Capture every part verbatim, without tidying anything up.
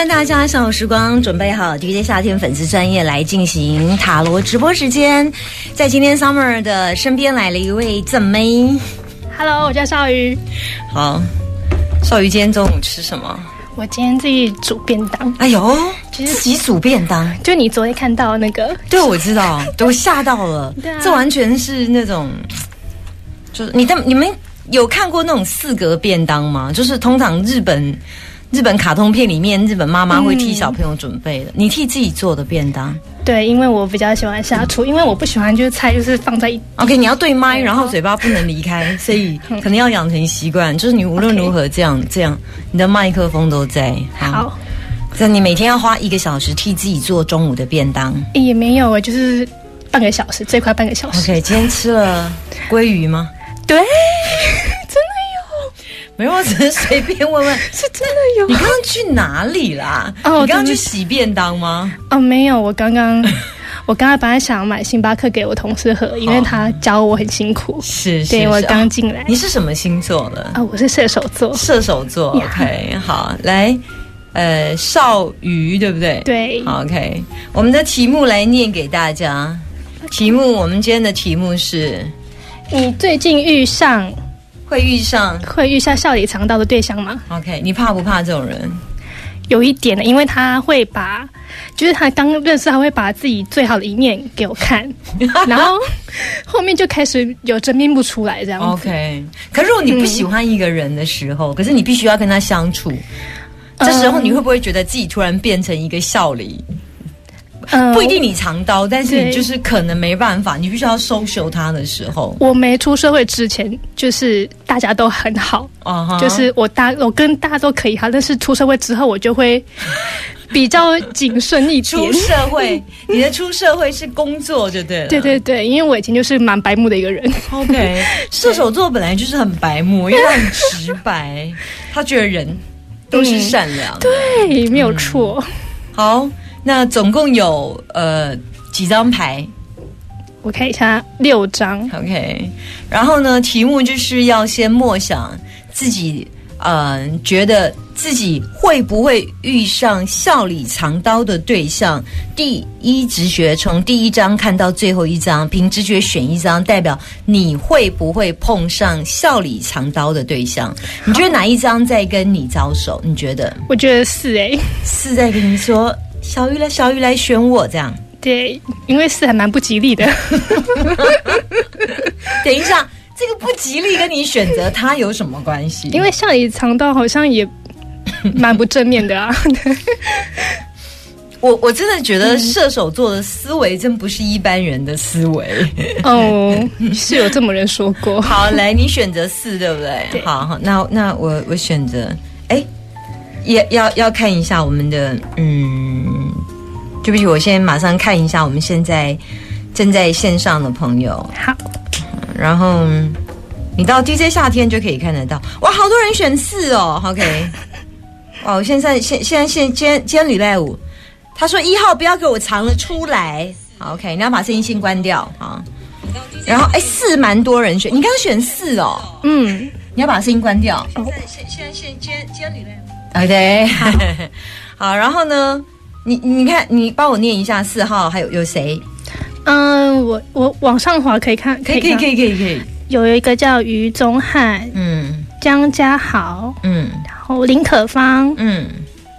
欢大家上午时光准备好 D J 夏天粉丝专业来进行塔罗直播时间。在今天 Summer 的身边来了一位正妹。 Hello， 我叫少瑜。 好，少瑜今天中午吃什么？ 我今天自己煮便当。 哎呦，其实自己煮便当， 就你昨天看到那个。 对，我知道，我吓到了。对啊，这完全是那种，就是你的你们有看过那种四格便当吗？就是通常日本日本卡通片里面，日本妈妈会替小朋友准备的，嗯、你替自己做的便当。 对，因为我比较喜欢下厨，因为我不喜欢就是菜就是放在一 OK， 你要对麦，然后嘴巴不能离开，所以可能要养成习惯，就是你无论如何这样、okay. 这样，你的麦克风都在。 好， 那你每天要花一个小时替自己做中午的便当？ 也没有，就是半个小时，最快半个小时。 OK， 今天吃了鲑鱼吗？ 对，真的有。 没有，我只是随便问问， 是真的有。 你刚刚去哪里啦？哦，你刚刚去洗便当吗？ 哦，没有，我刚刚，我刚刚本来想买星巴克给我同事喝，因为他教我很辛苦。 是是， 对，我刚进来。 你是什么星座的？ 啊、哦，我是射手座。 射手座 ，OK， 好，来，呃，少瑜对不对？ 对 ，OK， 我们的题目来念给大家。题目，我们今天的题目是： 你最近遇上。 会遇上会遇上笑里藏刀的对象吗 ？OK， 你怕不怕这种人？ 有一点的，因为他会把，就是他刚认识，他会把自己最好的一面给我看，然后后面就开始有真面目出来这样子。 OK， 可是如果你不喜欢一个人的时候，嗯、可是你必须要跟他相处，这时候你会不会觉得自己突然变成一个笑里？嗯、不一定你藏刀，但是你就是可能没办法，你必须要收收他的时候。 我没出社会之前，就是大家都很好， uh-huh. 就是我大我跟大家都可以好，但是出社会之后，我就会比较谨慎一点。 出社会，你的出社会是工作就对了。 对对对，因为我以前就是蛮白目的一个人。 OK， 射手座本来就是很白目，因为他很直白，他觉得人都是善良的、 嗯。对，没有错。 嗯、好。那总共有呃几张牌？ 我看一下，六张。 OK， 然后呢，题目就是要先默想自己，呃，觉得自己会不会遇上笑里藏刀的对象。第一直觉从第一张看到最后一张，凭直觉选一张，代表你会不会碰上笑里藏刀的对象？你觉得哪一张在跟你招手？你觉得？ 我觉得是哎、欸， 是在跟你说。小瑜来，小瑜来选我这样。 对，因为是还蛮不吉利的。 等一下，这个不吉利跟你选择他有什么关系？ 因为笑里藏刀好像也蛮不正面的啊。 我我真的觉得射手座的思维真不是一般人的思维。 哦，是有这么人说过。 好，来，你选择四，对不对？ 对， 好好，那那我我选择，哎。也要要看一下我们的，嗯，对不起，我先马上看一下我们现在正在线上的朋友。 好， 然后你到 D J 夏天就可以看得到，哇，好多人选四哦 ，OK， 哇，我现在现现在现今天今天礼拜五，他说一号不要给我藏了出来，好 ，OK， 你要把声音先关掉啊。然后哎，四蛮多人选，你刚刚选四哦， 嗯， 你要把声音关掉。 现在现现在现今天今天礼拜五。OK， 好，好，然后呢？你你看，你帮我念一下四号，还有有谁？ 嗯，我我往上滑可以看， 可以可以可以可以可以。 有一个叫于宗翰， 嗯， 江家豪， 嗯， 然后林可芳， 嗯，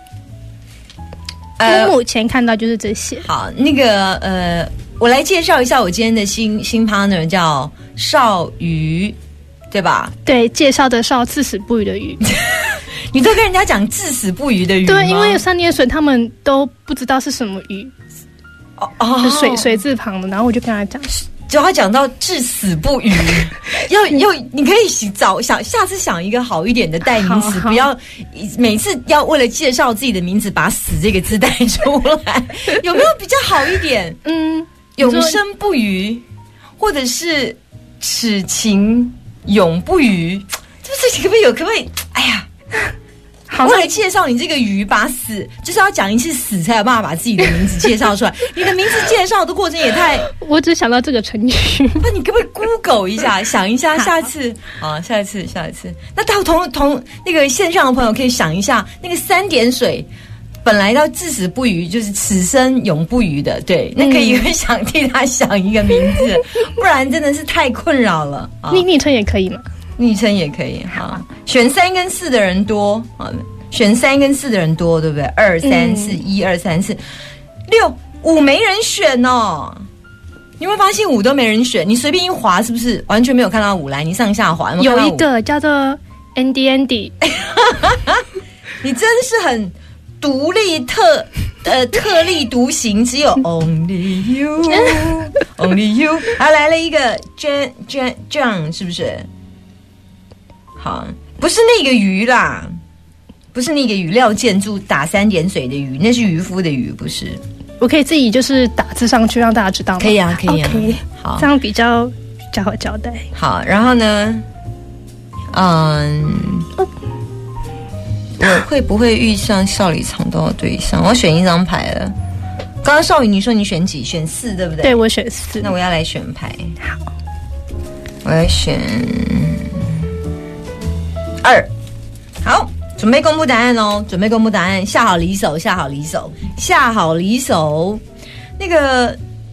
呃，目前看到就是这些。 好，那个呃，我来介绍一下我今天的新新 partner， 叫少瑜，对吧？ 对，介绍的少，至死不渝的渝。 你都跟人家讲至死不渝的渝吗？ 对，因为有三点水，他们都不知道是什么鱼， 哦哦， 水水字旁的，然后我就跟他讲， 只要他讲到至死不渝，要要你可以找想下次想一个好一点的代名词，不要每次要为了介绍自己的名字把死这个字带出来，有没有比较好一点？ 嗯， 永生不渝，或者是此情永不渝，就是可不可以有？可不可以？哎呀！为了介绍你这个鱼，把死就是要讲一次死才有办法把自己的名字介绍出来。你的名字介绍的过程也太…… 我只想到这个成语。 那你可不可以 Google 一下，想一下，下次啊，下一次，下一次。那到同同那个线上的朋友可以想一下，那个三点水本来要至死不渝，就是此生永不渝的，对，那可以想替他想一个名字，嗯、不然真的是太困扰了。 昵昵称也可以吗？ 昵称也可以哈。选三跟四的人多，好，选三跟四的人多，对不对？二三四，一二三四，六五没人选哦。你会发现五都没人选，你随便一滑，是不是完全没有看到五来？你上下滑，有没有看到五？ 有一个叫做 Andy Andy， 你真是很独立特呃特立独行，只有 Only You Only You， 还来了一个 Jan Jan John， 是不是？好，不是那个鱼啦，不是那个鱼，廖建筑打三点水的鱼，那是渔夫的渔，不是。 我可以自己就是打字上去让大家知道吗？ 可以啊，可以啊。 Okay, 好，这样比较比较好交代。 好，然后呢，嗯，我会不会遇上笑里藏刀的对象？我要选一张牌了。刚刚少宇你说你选几？选四对不对？ 对，我选四。 那我要来选牌。 好， 我要选二。好。准备公布答案哦！准备公布答案，下好离手，下好离手，下好离手。那个，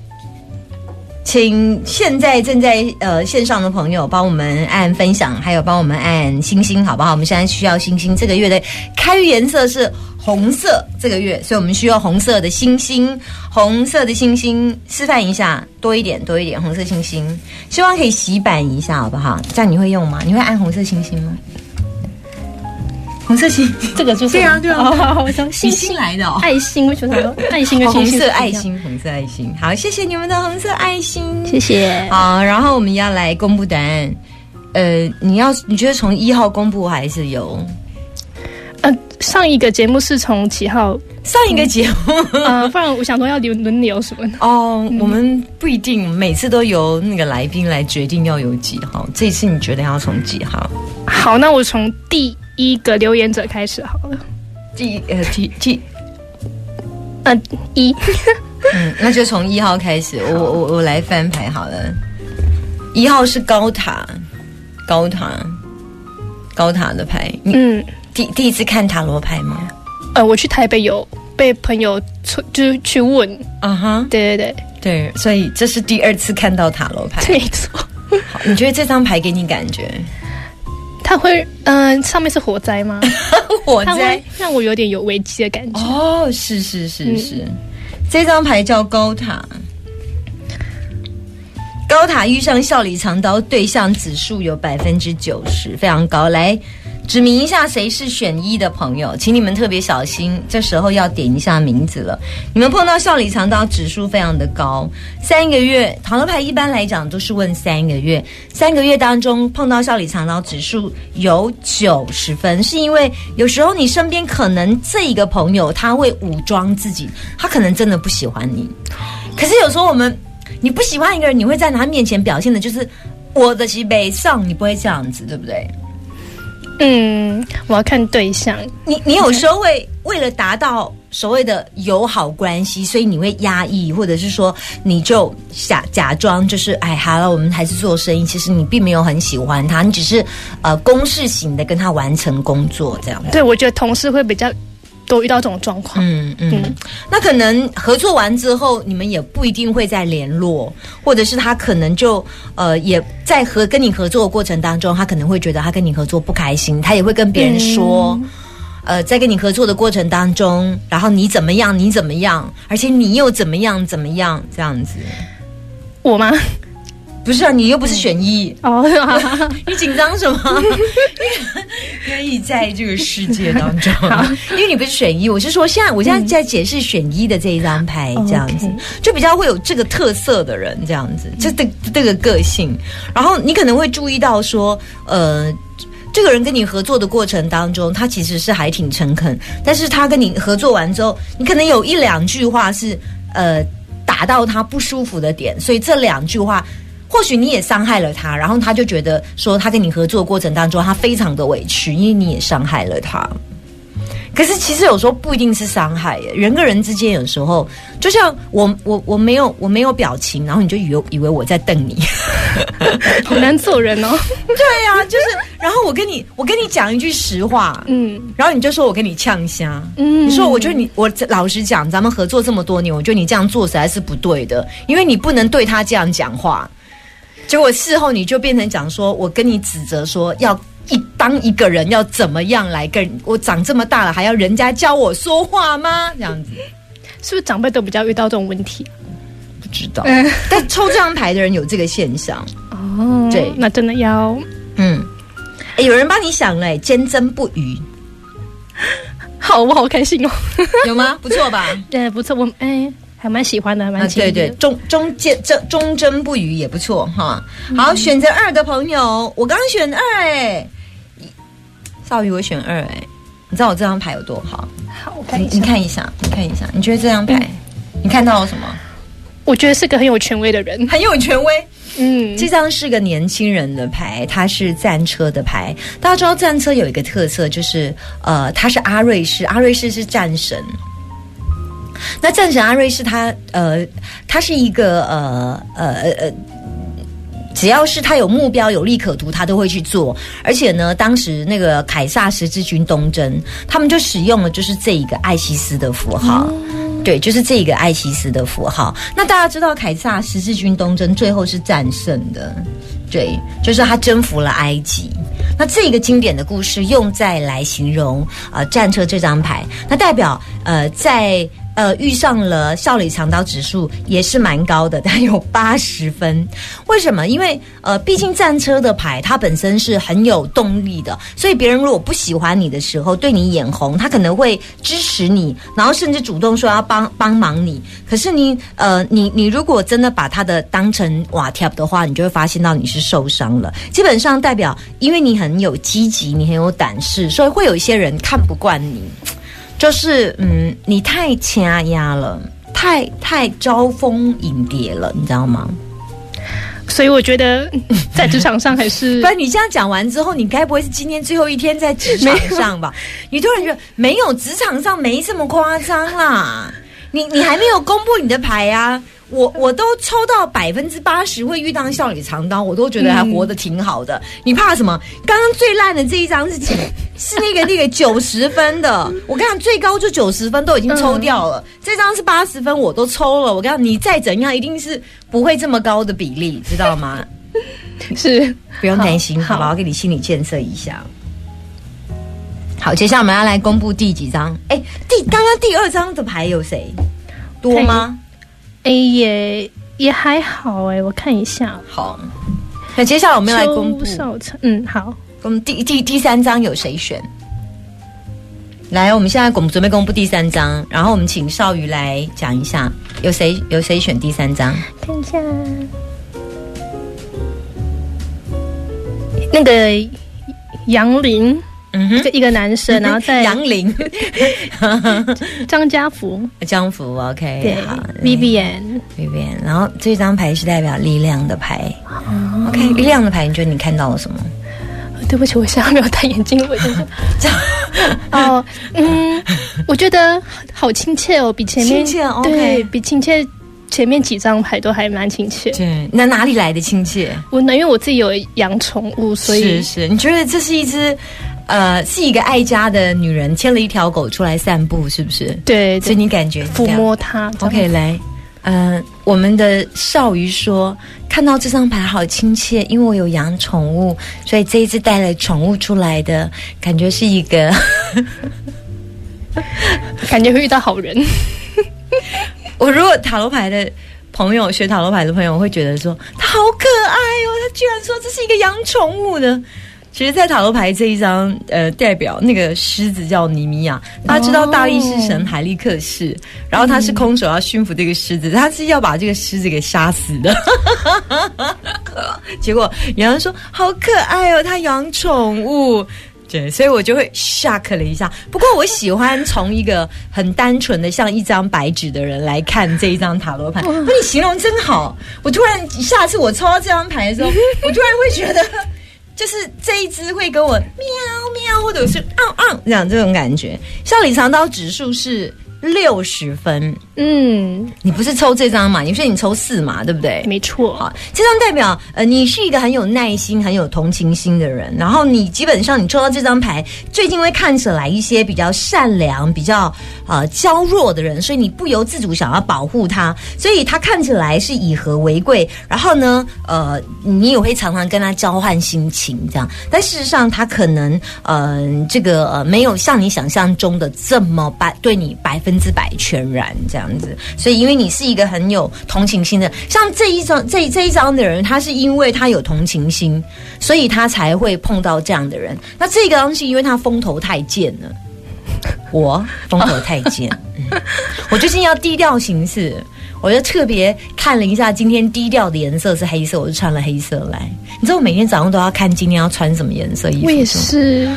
请现在正在呃线上的朋友帮我们按分享，还有帮我们按星星，好不好？我们现在需要星星。这个月的开运颜色是红色，这个月，所以我们需要红色的星星，红色的星星，示范一下，多一点，多一点红色星星，希望可以洗版一下，好不好？这样你会用吗？你会按红色星星吗？红色星， 这个就是对啊对啊， 哦、我从星星来的哦， 爱心，为什么说爱心跟星星？ 红色爱心，红色爱心。好，谢谢你们的红色爱心， 谢谢。 好，然后我们要来公布答案。呃，你要你觉得从一号公布还是有？ 呃，上一个节目是从几号？ 上一个节目， 呃，不然我想说要轮轮流什么的。 哦，嗯、我们不一定每次都由那个来宾来决定要有几号。这一次你觉得要从几号？ 好，那我从第一个留言者开始好了。 第呃第第呃一， 嗯，那就从一号开始。我我我来翻牌好了。一号是高塔，高塔，高塔的牌。嗯，第第一次看塔罗牌吗？ 呃，我去台北有被朋友就是去问。啊哈、uh-huh, 对对对对，所以这是第二次看到塔罗牌。 没错。 好，你觉得这张牌给你感觉？ 它会，嗯、呃，上面是火灾吗？ 火灾让我有点有危机的感觉。 哦，是是是是，嗯、这张牌叫高塔。高塔遇上笑里藏刀对象指数有百分之九十，非常高。来指明一下谁是选一的朋友，请你们特别小心，这时候要点一下名字了。你们碰到笑里藏刀指数非常的高，三个月塔罗牌一般来讲都是问三个月，三个月当中碰到笑里藏刀指数有九十分，是因为有时候你身边可能这一个朋友他会武装自己，他可能真的不喜欢你，可是有时候我们你不喜欢一个人，你会在他面前表现的就是我的西北上，你不会这样子，对不对？ 嗯，我要看对象。 你你有时候会为了达到所谓的友好关系，所以你会压抑，或者是说你就假假装就是哎，好了，我们还是做生意。其实你并没有很喜欢他，你只是呃公事型的跟他完成工作这样。 对，我觉得同事会比较都遇到这种状况。 嗯嗯，嗯那可能合作完之后，你们也不一定会再联络，或者是他可能就呃也在和跟你合作的过程当中，他可能会觉得他跟你合作不开心，他也会跟别人说，嗯、呃，在跟你合作的过程当中，然后你怎么样，你怎么样，而且你又怎么样怎么样这样子。 我吗？ 不是啊，你又不是选一、嗯、哦，你紧张什么？可以在这个世界当中，因为你不是选一，我是说现在我现在在解释选一的这一张牌，这样子、嗯、就比较会有这个特色的人，这样子，就这这个个性。然后你可能会注意到说，呃。这个人跟你合作的过程当中，他其实是还挺诚恳，但是他跟你合作完之后，你可能有一两句话是呃打到他不舒服的点，所以这两句话或许你也伤害了他，然后他就觉得说他跟你合作的过程当中他非常的委屈，因为你也伤害了他。 可是其实有时候不一定是伤害耶，人跟人之间有时候，就像我我我没有我没有表情，然后你就以为以为我在瞪你， 好难做人哦。 对呀、啊，就是，然后我跟你我跟你讲一句实话，嗯，然后你就说我跟你呛瞎，嗯，你说我觉得你我老实讲，咱们合作这么多年，我觉得你这样做实在是不对的，因为你不能对他这样讲话。结果事后你就变成讲说，我跟你指责说要。一当一个人要怎么样来跟我长这么大了，还要人家教我说话吗？这样子， 是不是长辈都比较遇到这种问题？ 不知道，嗯、但抽这张牌的人有这个现象哦。对，那真的要嗯，哎，有人帮你想了，坚贞不渝。 好，我好开心哦。 有吗？不错吧？ 对，不错，我哎。还蛮喜欢的，还蛮喜欢的、 啊、对对，忠忠坚忠忠贞不渝也不错哈。好，嗯、选择二的朋友，我刚刚选二哎，少宇我选二哎，你知道我这张牌有多好？ 好，我看一下， 你, 你看一下，你看一下，你觉得这张牌，嗯、你看到了什么？ 我觉得是个很有权威的人， 很有权威。 嗯， 这张是个年轻人的牌，它是战车的牌。大家知道战车有一个特色，就是呃，它是阿瑞士，阿瑞士是战神。那战神阿瑞士他呃，他是一个呃呃呃，只要是他有目标有利可图，他都会去做。而且呢，当时那个凯撒十字军东征，他们就使用了就是这一个艾西斯的符号。嗯、对，就是这个艾西斯的符号。那大家知道凯撒十字军东征最后是战胜的，对，就是他征服了埃及。那这个经典的故事用在来形容呃战车这张牌，那代表呃在。呃，遇上了笑里藏刀指数也是蛮高的，但有八十分。为什么？因为呃，毕竟战车的牌它本身是很有动力的，所以别人如果不喜欢你的时候，对你眼红，他可能会支持你，然后甚至主动说要帮帮忙你。可是你呃，你你如果真的把他的当成瓦贴的话，你就会发现到你是受伤了。基本上代表，因为你很有积极，你很有胆识，所以会有一些人看不惯你。就是嗯，你太掐压了，太太招蜂引蝶了，你知道吗？ 所以我觉得在职场上还是不然你这样讲完之后，你该不会是今天最后一天在职场上吧？你突然觉得没有，职场上没这么夸张啦。你你还没有公布你的牌啊？我我都抽到百分之八十会遇到笑里藏刀，我都觉得还活得挺好的。嗯、你怕什么？刚刚最烂的这一张是几？是那个那个九十分的。我跟你讲，最高就九十分都已经抽掉了。嗯、这张是八十分，我都抽了。我跟你讲，你再怎样，一定是不会这么高的比例，知道吗？ 是， 不用担心，好吧？我给你心理建设一下。好，接下来我们要来公布第几张？哎，第刚刚第二张的牌有谁？多吗？ 哎，也也还好哎，我看一下。 好，那接下来我们要来公布。 嗯，好。 我们第第第三张有谁选？来，我们现在我们准备公布第三张，然后我们请少宇来讲一下，有谁有谁选第三张？ 看一下，那个杨林。嗯哼，一个男生，然后在杨林， 张家福， 江福 ，OK， 对，好 ，Vivian，Vivian， 然后这张牌是代表力量的牌、哦、，OK， 力量的牌，你觉得你看到了什么？ 对不起，我现在没有戴眼镜，我真的哦，嗯，我觉得好亲切哦，比前面亲切 ，OK， 对比亲切。前面几张牌都还蛮亲切， 对，那哪里来的亲切？ 我因为我自己有养宠物，所以是是，你觉得这是一只呃是一个爱家的女人牵了一条狗出来散步，是不是？ 对， 所以你感觉抚摸它。 OK， 来，嗯、呃，我们的少瑜说看到这张牌好亲切，因为我有养宠物，所以这一次带了宠物出来的感觉是一个， 感觉会遇到好人。 我如果塔罗牌的朋友学塔罗牌的朋友会觉得说他好可爱哦，他居然说这是一个养宠物的。其实在塔罗牌这一张呃代表那个狮子叫尼米亚，大家知道大力士神海利克士、哦、然后他是空手要驯服这个狮子，他是要把这个狮子给杀死的。结果有人说好可爱哦，他养宠物。对，所以我就会 shock 了一下。不过我喜欢从一个很单纯的像一张白纸的人来看这一张塔罗牌。哦，你形容真好。我突然下次我抽到这张牌的时候，我突然会觉得就是这一只会跟我喵喵，或者是昂昂这样这种感觉。笑里藏刀指数是六十分。嗯，你不是抽这张嘛？你说你抽四嘛，对不对？ 没错。 好，这张代表呃，你是一个很有耐心、很有同情心的人。然后你基本上你抽到这张牌，最近会看起来一些比较善良、比较呃娇弱的人，所以你不由自主想要保护他，所以他看起来是以和为贵。然后呢，呃，你也会常常跟他交换心情这样。但事实上，他可能呃这个呃没有像你想象中的这么百对你百分之百全然这样。所以因为你是一个很有同情心的，像这一张这这一张的人，他是因为他有同情心，所以他才会碰到这样的人。那这个东西因为他风头太贱了，我风头太贱、嗯、我最近要低调行事，我就特别看了一下今天低调的颜色是黑色，我就穿了黑色来。你知道我每天早上都要看今天要穿什么颜色衣服？ 我也是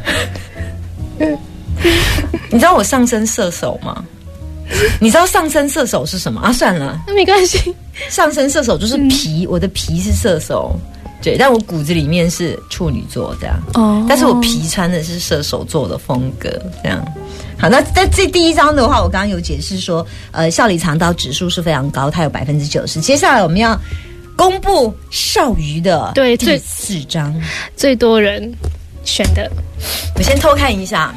你知道我上升射手吗？你知道上升射手是什么啊？算了， 那没关系。 上升射手就是皮，嗯、我的皮是射手，对，但我骨子里面是处女座这样。哦，但是我皮穿的是射手座的风格这样。好，那在这第一张的话，我刚刚有解释说，呃，笑里藏刀指数是非常高，它有百分之九十。接下来我们要公布少瑜的对第四张， 最多人选的。 我先偷看一下。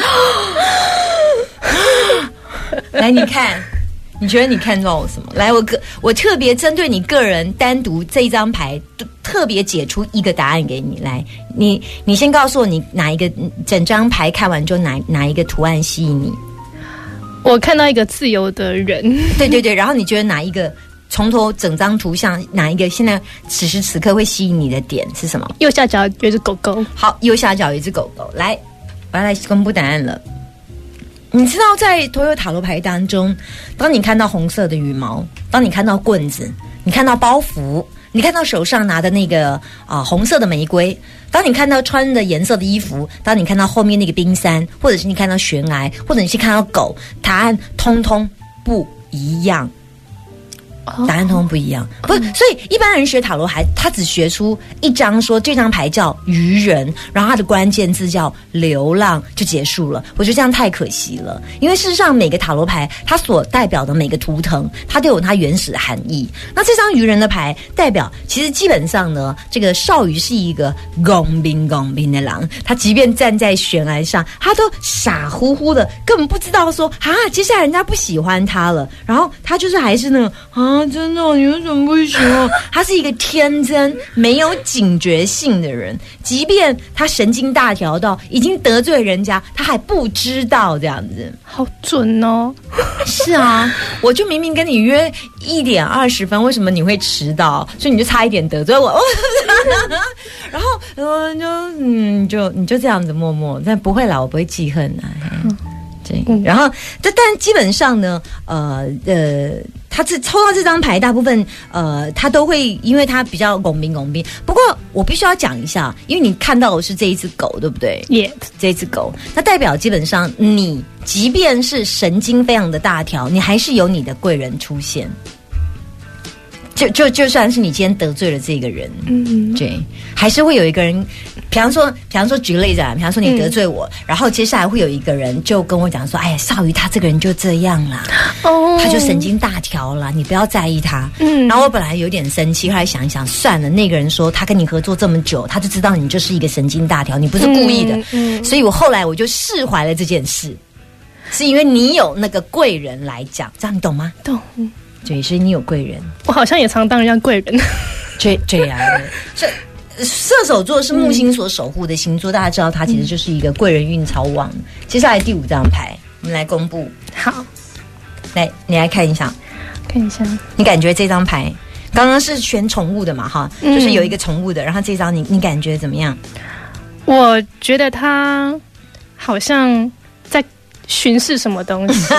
来，你看，你觉得你看到我什么？来，我个我特别针对你个人单独这一张牌，特别解出一个答案给你。来，你你先告诉我，你哪一个整张牌看完之后哪哪一个图案吸引你？ 我看到一个自由的人， 对对对，然后你觉得哪一个从头整张图像哪一个现在此时此刻会吸引你的点是什么？ 右下角有一只狗狗。 好，右下角有一只狗狗。来，我要来公布答案了。你知道在所有塔罗牌当中，当你看到红色的羽毛，当你看到棍子，你看到包袱，你看到手上拿的那个啊、呃、红色的玫瑰，当你看到穿的颜色的衣服，当你看到后面那个冰山，或者是你看到悬崖，或者你是看到狗，答案通通不一样。答案通通不一样，不是，所以一般人学塔罗牌，他只学出一张，说这张牌叫愚人，然后它的关键字叫流浪，就结束了。我觉得这样太可惜了，因为事实上每个塔罗牌它所代表的每个图腾，它都有它原始的含义。那这张愚人的牌代表，其实基本上呢，这个少瑜是一个公平公平的狼，他即便站在悬崖上，他都傻乎乎的，根本不知道说啊，接下来人家不喜欢他了，然后他就是还是那种啊。啊，真的，你为什么不喜欢？他是一个天真、没有警觉性的人，即便他神经大条到已经得罪人家，他还不知道这样子。 好准哦！ 是啊，我就明明跟你约一点二十分，为什么你会迟到？所以你就差一点得罪我。然后，呃，就嗯，就你就这样子默默，但不会啦，我不会记恨啊。嗯对，然后，但但基本上呢，呃呃，他这抽到这张牌，大部分呃，他都会，因为他比较拱兵拱兵。不过我必须要讲一下，因为你看到的是这一只狗，对不对？ 耶、yeah. 这一只狗，那代表基本上你即便是神经非常的大条，你还是有你的贵人出现。就就就算是你今天得罪了这个人，嗯，对，还是会有一个人，比方说，比方说举例子啊，比方说你得罪我，嗯、然后接下来会有一个人就跟我讲说，哎呀，少瑜他这个人就这样啦，哦，他就神经大条啦，你不要在意他。嗯，然后我本来有点生气，后来想一想，算了，那个人说他跟你合作这么久，他就知道你就是一个神经大条，你不是故意的，嗯嗯、所以我后来我就释怀了这件事，是因为你有那个贵人来讲，这样你懂吗？ 懂。 对，所以你有贵人， 我好像也常当人家贵人。 这这样的，这射手座是木星所守护的星座，嗯、大家知道它其实就是一个贵人运超旺。嗯、接下来第五张牌，我们来公布。 好， 来，你来看一下， 看一下， 你感觉这张牌刚刚是选宠物的嘛？哈，嗯、就是有一个宠物的，然后这张你你感觉怎么样？ 我觉得它好像在巡视什么东西，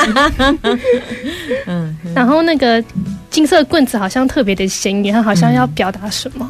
嗯，然后那个金色棍子好像特别的显眼，它好像要表达什么？ 嗯，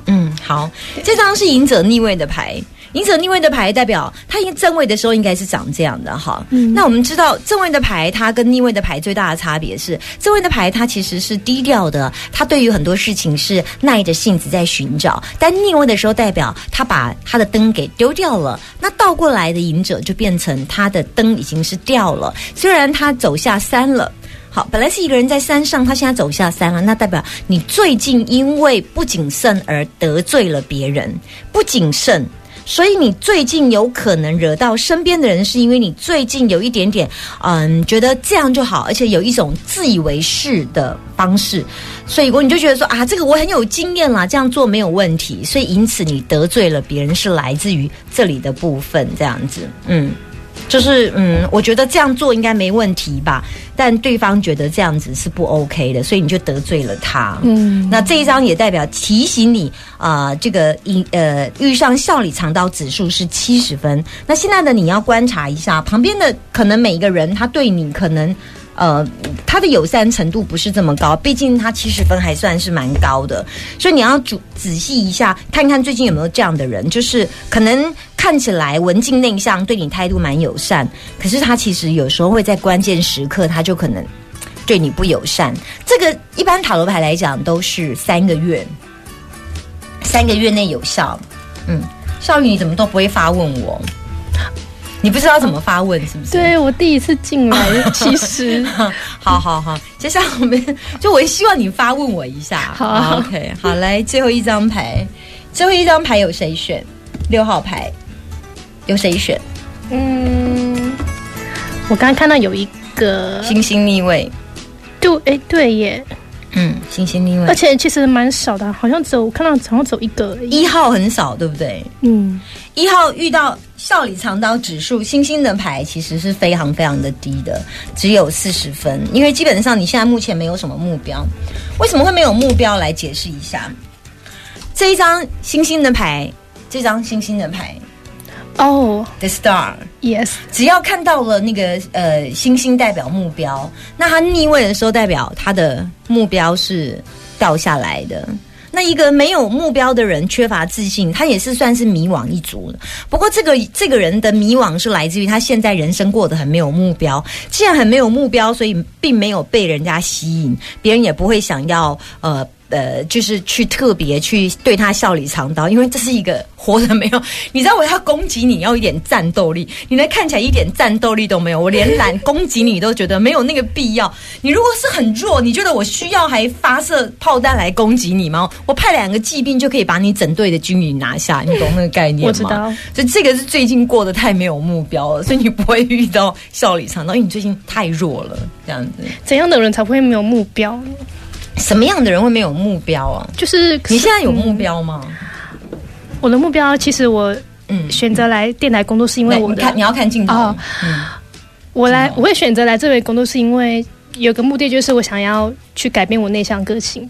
好，这张是隐者逆位的牌。隐者逆位的牌代表它正位的时候应该是长这样的哈、嗯。那我们知道正位的牌它跟逆位的牌最大的差别是，正位的牌它其实是低调的，它对于很多事情是耐着性子在寻找，但逆位的时候代表他把他的灯给丢掉了。那倒过来的隐者就变成他的灯已经是掉了，虽然他走下山了。好，本来是一个人在山上，他现在走下山了，那代表你最近因为不谨慎而得罪了别人，不谨慎。所以你最近有可能惹到身边的人，是因为你最近有一点点嗯，觉得这样就好，而且有一种自以为是的方式，所以你就觉得说啊，这个我很有经验啦，这样做没有问题，所以因此你得罪了别人，是来自于这里的部分，这样子。嗯，就是嗯，我觉得这样做应该没问题吧，但对方觉得这样子是不 OK 的，所以你就得罪了他。嗯，那这一张也代表提醒你啊、呃，这个呃遇上笑里藏刀指数是七十分。那现在的你要观察一下旁边的，可能每一个人他对你可能。呃，他的友善程度不是这么高，毕竟他七十分还算是蛮高的，所以你要仔仔细一下，看看最近有没有这样的人，就是可能看起来文静内向，对你态度蛮友善，可是他其实有时候会在关键时刻，他就可能对你不友善。这个一般塔罗牌来讲都是三个月，三个月内有效。嗯，少宇你怎么都不会发问我？你不知道怎么发问是不是？ 对，我第一次进来，其实好好好，接下来我们就我希望你发问我一下。 好、啊、 ，OK， 好，来最后一张牌，最后一张牌有谁选？六号牌有谁选？ 嗯，我刚刚看到有一个星星逆位， 对，哎，对耶。 嗯，星星逆位， 而且其实蛮少的，好像只有我看到好像只有一个而已， 一号很少，对不对？嗯，一号遇到笑里藏刀指数星星的牌其实是非常非常的低的，只有四十分，因为基本上你现在目前没有什么目标。为什么会没有目标？来解释一下。这一张星星的牌，这张星星的牌。 哦、oh, The Star Yes， 只要看到了那个呃星星代表目标，那它逆位的时候代表它的目标是掉下来的。那一个没有目标的人缺乏自信，他也是算是迷惘一族的。不过这个这个人的迷惘是来自于他现在人生过得很没有目标，既然很没有目标，所以并没有被人家吸引，别人也不会想要呃呃，就是去特别去对他笑里藏刀，因为这是一个活得没有，你知道我要攻击你要一点战斗力，你来看起来一点战斗力都没有，我连懒攻击你都觉得没有那个必要。你如果是很弱，你觉得我需要还发射炮弹来攻击你吗？我派两个骑兵就可以把你整队的军营拿下，你懂那个概念吗？ 我知道。 所以这个是最近过得太没有目标了，所以你不会遇到笑里藏刀，因为你最近太弱了，这样子。 怎样的人才不会没有目标？ 什么样的人会没有目标啊？ 就是你现在有目标吗？ 嗯、我的目标其实我嗯选择来电台工作是因为我的， 你看你要看镜头。哦嗯、我来我会选择来这边工作是因为有个目的，就是我想要去改变我内向个性。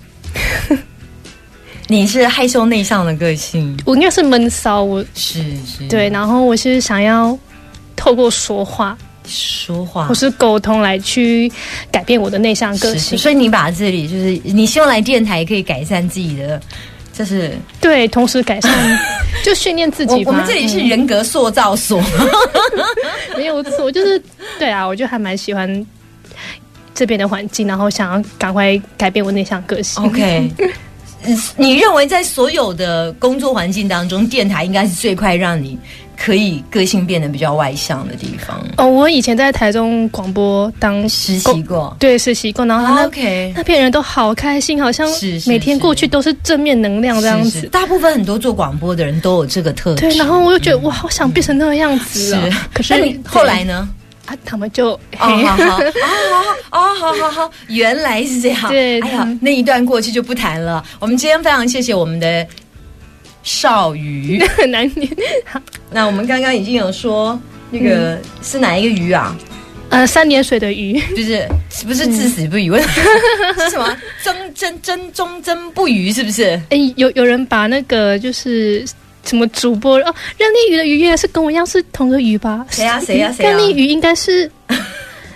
你是害羞内向的个性？ 我应该是闷骚，我是是对，然后我是想要透过说话。 说话， 或是沟通来去改变我的内向个性， 是是所以你把这里就是你希望来电台可以改善自己的，就是对，同时改善就训练自己吧。 我, 我们这里是人格塑造所， 嗯、没有错，就是对啊，我就还蛮喜欢这边的环境，然后想要赶快改变我内向个性。 OK， 你认为在所有的工作环境当中，电台应该是最快让你可以个性变得比较外向的地方？ 哦，我以前在台中广播当实习过， 对，实习过，然后那、 oh, OK 那边人都好开心，好像每天过去都是正面能量这样子。是是大部分很多做广播的人都有这个特质。 对，然后我就觉得、嗯、我好想变成那个样子啊。是， 可是你后来呢？ 啊，他们就哦，好好哦，好好好，原来是这样。 对， 哎呀，那一段过去就不谈了。我们今天非常谢谢我们的少宇， 很难念。 那我们刚刚已经有说那个、嗯、是哪一个鱼啊？ 呃，三点水的鱼， 就是不是至死不渝？嗯、是什么争争争忠贞不渝？是不是？ 哎，有有人把那个就是什么主播哦，任丽鱼的鱼原来是跟我一样是同个鱼吧？ 谁呀谁呀谁呀？ 任丽鱼应该是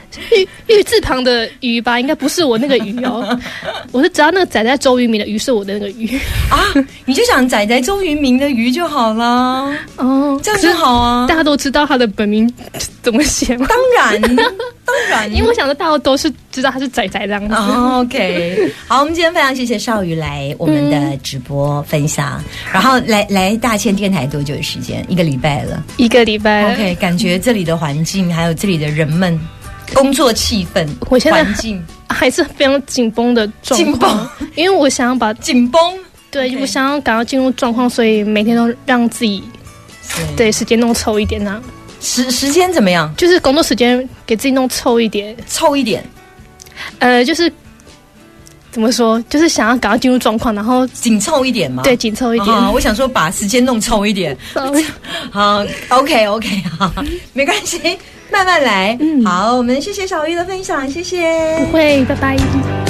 玉玉字旁的鱼吧，应该不是我那个鱼哦，我是知道那个仔仔周渝民的鱼是我的那个鱼啊，你就想仔仔周渝民的鱼就好了哦，这样就好啊。 大家都知道他的本名怎么写吗？ 当然，当然， 因为我想说大家都是知道他是仔仔这样子。 哦、OK， 好，我们今天非常谢谢少瑜来我们的直播分享，嗯、然后来来大千电台多久的时间？一个礼拜了， 一个礼拜了。 OK， 感觉这里的环境还有这里的人们。工作气氛， 我现在环境还是非常紧绷的状况，因为我想要把紧绷， 对、okay. 我想要赶快进入状况，所以每天都让自己对时间弄凑一点啊。 时时间怎么样？ 就是工作时间给自己弄凑一点， 凑一点。呃， 就是怎么说？就是想要赶快进入状况，然后紧凑一点嘛。 对，紧凑一点、 哦。我想说把时间弄凑一点。好 ，OK OK， 好，没关系。慢慢来，嗯，好，我们谢谢小瑜的分享，谢谢， 不会，拜拜。